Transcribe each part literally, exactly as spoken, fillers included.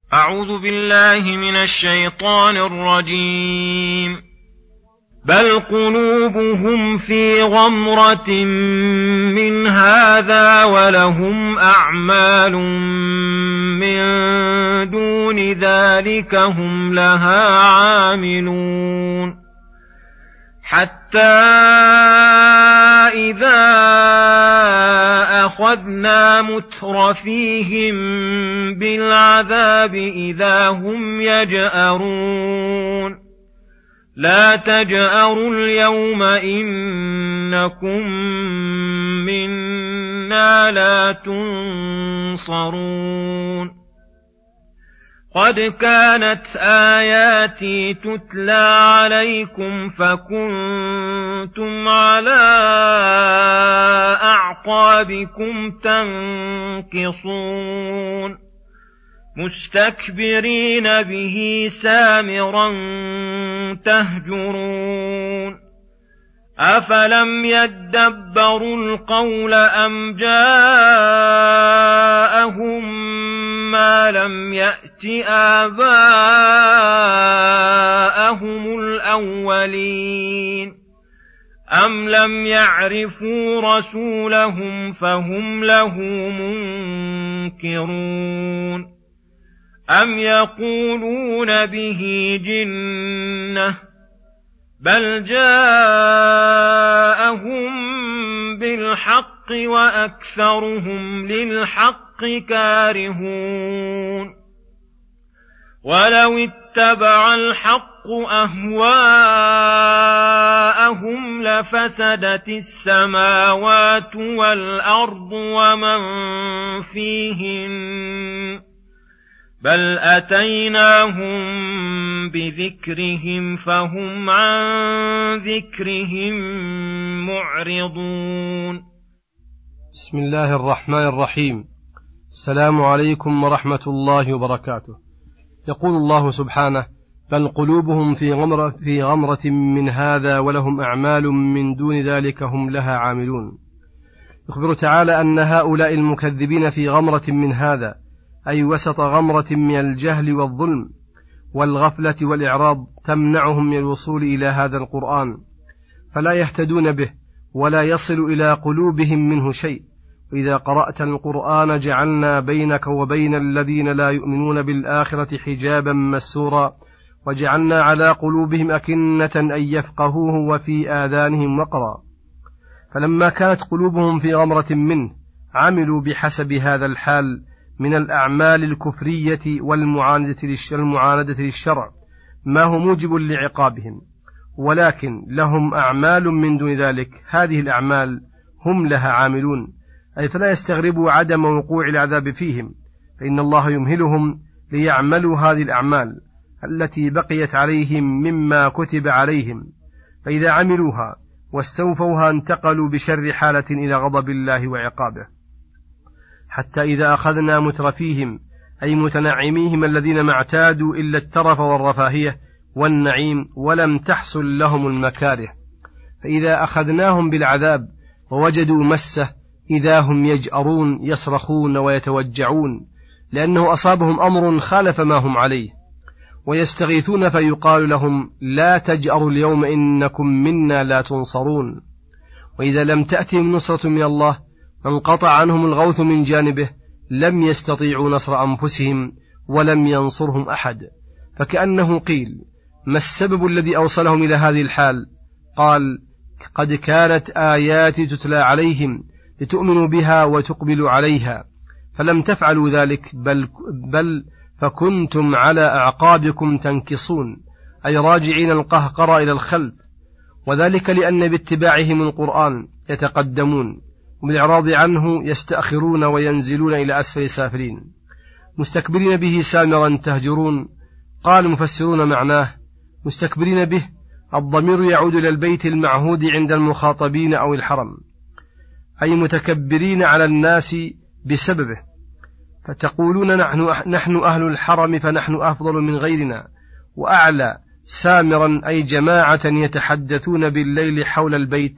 أعوذ بالله من الشيطان الرجيم. بل قلوبهم في غمرة من هذا ولهم أعمال من دون ذلك هم لها عاملون حتى إذا أخذنا مترفيهم بالعذاب إذا هم يجأرون لا تجأروا اليوم إنكم منا لا تنصرون قد كانت آياتي تتلى عليكم فكنتم على أعقابكم تنكصون مستكبرين به سامرا تهجرون أفلم يدبروا القول أم جاءهم ما لم يأت آباءهم الأولين أم لم يعرفوا رسولهم فهم له منكرون أم يقولون به جنة بل جاءهم بالحق وأكثرهم للحق كارهون ولو اتبع الحق أهواءهم لفسدت السماوات والأرض ومن فيهن بل أتيناهم بذكرهم فهم عن ذكرهم معرضون. بسم الله الرحمن الرحيم. السلام عليكم ورحمة الله وبركاته. يقول الله سبحانه: بل قلوبهم في غمرة, في غمرة من هذا ولهم أعمال من دون ذلك هم لها عاملون. يخبر تعالى أن هؤلاء المكذبين في غمرة من هذا، أي وسط غمرة من الجهل والظلم والغفلة والإعراض تمنعهم من الوصول إلى هذا القرآن، فلا يهتدون به ولا يصل إلى قلوبهم منه شيء. وإذا قرأت القرآن جعلنا بينك وبين الذين لا يؤمنون بالآخرة حجابا مسورا وجعلنا على قلوبهم أكنة أن يفقهوه وفي آذانهم وقرا. فلما كانت قلوبهم في غمرة منه عملوا بحسب هذا الحال من الأعمال الكفرية والمعاندة للشرع ما هو موجب لعقابهم، ولكن لهم أعمال من دون ذلك، هذه الأعمال هم لها عاملون، أي فلا يستغربوا عدم وقوع العذاب فيهم، فإن الله يمهلهم ليعملوا هذه الأعمال التي بقيت عليهم مما كتب عليهم، فإذا عملوها واستوفوها انتقلوا بشر حالة إلى غضب الله وعقابه. حتى إذا أخذنا مترفيهم أي متنعميهم الذين ما اعتادوا إلا الترف والرفاهية والنعيم ولم تحصل لهم المكاره، فإذا أخذناهم بالعذاب ووجدوا مسه إذا هم يجأرون يصرخون ويتوجعون، لأنه أصابهم أمر خالف ما هم عليه، ويستغيثون فيقال لهم لا تجأروا اليوم إنكم منا لا تنصرون. وإذا لم تأتهم نصرة من الله انقطع عنهم الغوث من جانبه لم يستطيعوا نصر أنفسهم ولم ينصرهم أحد، فكأنه قيل: ما السبب الذي أوصلهم إلى هذه الحال؟ قال: قد كانت آياتي تتلى عليهم لتؤمنوا بها وتقبلوا عليها فلم تفعلوا ذلك بل, بل فكنتم على أعقابكم تنكصون، أي راجعين القهقر إلى الخلف، وذلك لأن باتباعهم القرآن يتقدمون وبالإعراض عنه يستأخرون وينزلون إلى أسفل سافلين مستكبرين به سامرا تهجرون. قال المفسرون معناه مستكبرين به الضمير يعود إلى البيت المعهود عند المخاطبين أو الحرم، أي متكبرين على الناس بسببه، فتقولون نحن, نحن أهل الحرم فنحن أفضل من غيرنا وأعلى. سامرا أي جماعة يتحدثون بالليل حول البيت،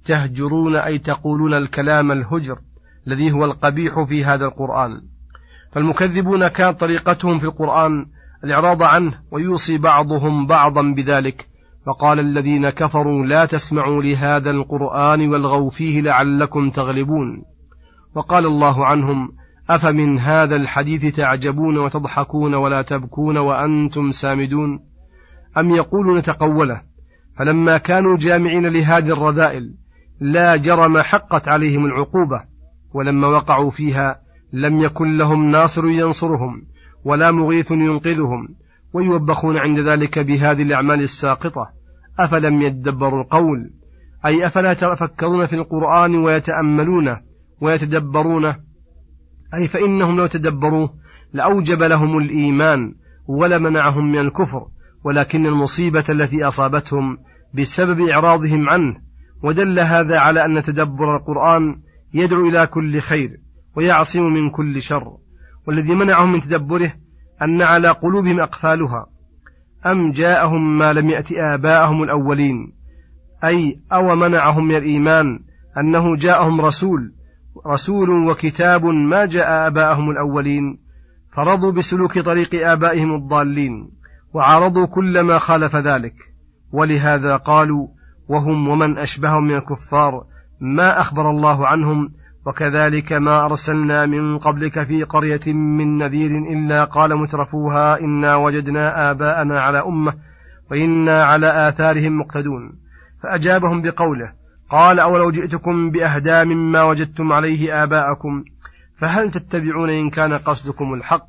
تهجرون أي تقولون الكلام الهجر الذي هو القبيح في هذا القرآن. فالمكذبون كانت طريقتهم في القرآن الإعراض عنه، ويوصي بعضهم بعضا بذلك. فقال الذين كفروا لا تسمعوا لهذا القرآن والغوا فيه لعلكم تغلبون. وقال الله عنهم أفمن هذا الحديث تعجبون وتضحكون ولا تبكون وأنتم سامدون، أم يقولون تقوله. فلما كانوا جامعين لهذه الرذائل لا جرم حقت عليهم العقوبة، ولما وقعوا فيها لم يكن لهم ناصر ينصرهم ولا مغيث ينقذهم، ويوبخون عند ذلك بهذه الأعمال الساقطة. أفلم يدبروا القول، أي أفلا يتفكرون في القرآن ويتأملونه ويتدبرونه، أي فإنهم لو تدبروه لأوجب لهم الإيمان ولمنعهم من الكفر، ولكن المصيبة التي أصابتهم بسبب إعراضهم عنه. ودل هذا على أن تدبر القرآن يدعو إلى كل خير ويعصم من كل شر، والذي منعهم من تدبره أن على قلوبهم أقفالها، أم جاءهم ما لم يأت آباءهم الأولين، أي أو منعهم من الإيمان أنه جاءهم رسول رسول وكتاب ما جاء آباءهم الأولين، فرضوا بسلوك طريق آبائهم الضالين وعارضوا كل ما خالف ذلك. ولهذا قالوا وهم ومن أشبههم من الكفار ما أخبر الله عنهم، وكذلك ما أرسلنا من قبلك في قرية من نذير إلا قال مترفوها إنا وجدنا آباءنا على أمة وإنا على آثارهم مقتدون. فأجابهم بقوله قال أولو جئتكم بأهدى مما وجدتم عليه آباءكم فهل تتبعون إن كان قصدكم الحق.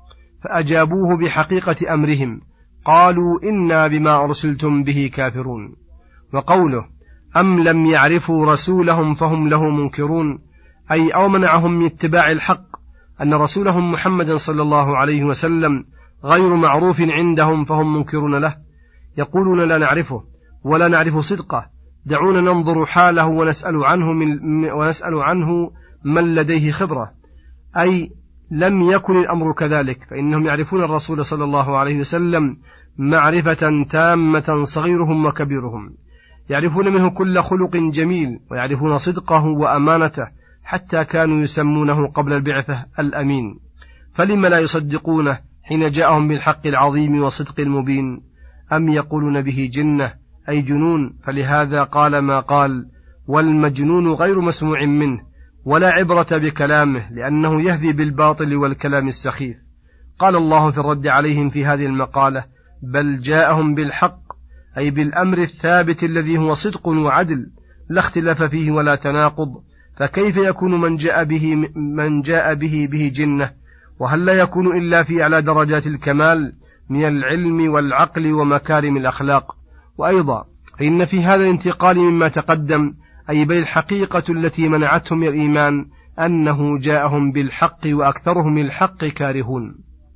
فأجابوه بحقيقة أمرهم قالوا إنا بما أرسلتم به كافرون. وقوله أم لم يعرفوا رسولهم فهم له منكرون، أي أو منعهم من اتباع الحق أن رسولهم محمد صلى الله عليه وسلم غير معروف عندهم فهم منكرون له، يقولون لا نعرفه ولا نعرف صدقه، دعونا ننظر حاله ونسأل عنه, من ونسأل عنه من لديه خبرة. أي لم يكن الأمر كذلك، فإنهم يعرفون الرسول صلى الله عليه وسلم معرفة تامة صغيرهم وكبيرهم، يعرفون منه كل خلق جميل ويعرفون صدقه وأمانته، حتى كانوا يسمونه قبل البعثة الأمين. فلما لا يصدقونه حين جاءهم بالحق العظيم والصدق المبين؟ أم يقولون به جنة، أي جنون، فلهذا قال ما قال والمجنون غير مسموع منه ولا عبرة بكلامه لأنه يهذي بالباطل والكلام السخيف. قال الله في الرد عليهم في هذه المقالة بل جاءهم بالحق، أي بالأمر الثابت الذي هو صدق وعدل لا اختلاف فيه ولا تناقض، فكيف يكون من جاء به, من جاء به, به جنة؟ وهل لا يكون إلا في أعلى درجات الكمال من العلم والعقل ومكارم الأخلاق. وأيضا فإن في هذا الانتقال مما تقدم أي بل الحقيقة التي منعتهم من الإيمان أنه جاءهم بالحق وأكثرهم الحق كارهون.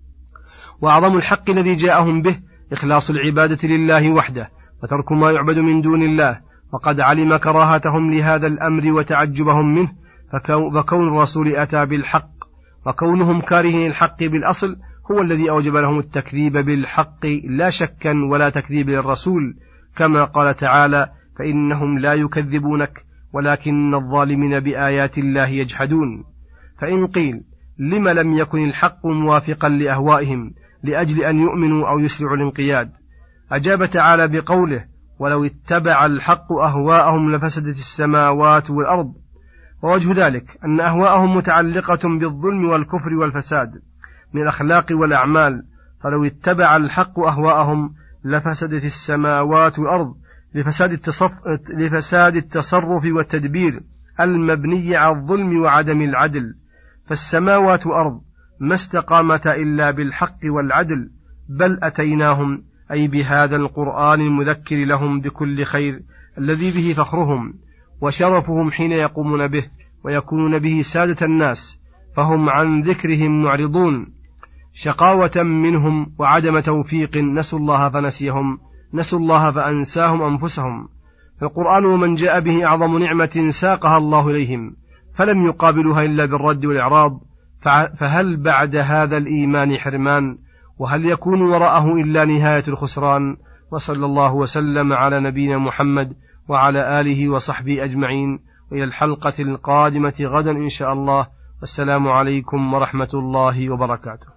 وأعظم الحق الذي جاءهم به إخلاص العبادة لله وحده وترك ما يعبد من دون الله، وقد علم كراهتهم لهذا الأمر وتعجبهم منه، فكون الرسول أتى بالحق وكونهم كارهين الحق بالأصل هو الذي أوجب لهم التكذيب بالحق لا شكا ولا تكذيب للرسول، كما قال تعالى فإنهم لا يكذبونك ولكن الظالمين بآيات الله يجحدون. فإن قيل لما لم يكن الحق موافقا لأهوائهم لأجل أن يؤمنوا أو يسرعوا الانقياد؟ أجاب تعالى بقوله ولو اتبع الحق أهواءهم لفسدت السماوات والأرض. ووجه ذلك أن أهواءهم متعلقة بالظلم والكفر والفساد من الأخلاق والأعمال، فلو اتبع الحق أهواءهم لفسدت السماوات والأرض لفساد, التصف... لفساد التصرف والتدبير المبني على الظلم وعدم العدل. فالسماوات والأرض ما استقامتا إلا بالحق والعدل، بل أتيناهم أي بهذا القرآن المذكر لهم بكل خير الذي به فخرهم وشرفهم حين يقومون به ويكونون به سادة الناس، فهم عن ذكرهم معرضون شقاوة منهم وعدم توفيق، نسوا الله فنسيهم، نسوا الله فأنساهم أنفسهم. فالقرآن ومن جاء به أعظم نعمة ساقها الله إليهم، فلم يقابلها إلا بالرد والإعراض، فهل بعد هذا الإيمان حرمان؟ وهل يكون وراءه إلا نهاية الخسران؟ وصلى الله وسلم على نبينا محمد وعلى آله وصحبه أجمعين، وإلى الحلقة القادمة غدا إن شاء الله، والسلام عليكم ورحمة الله وبركاته.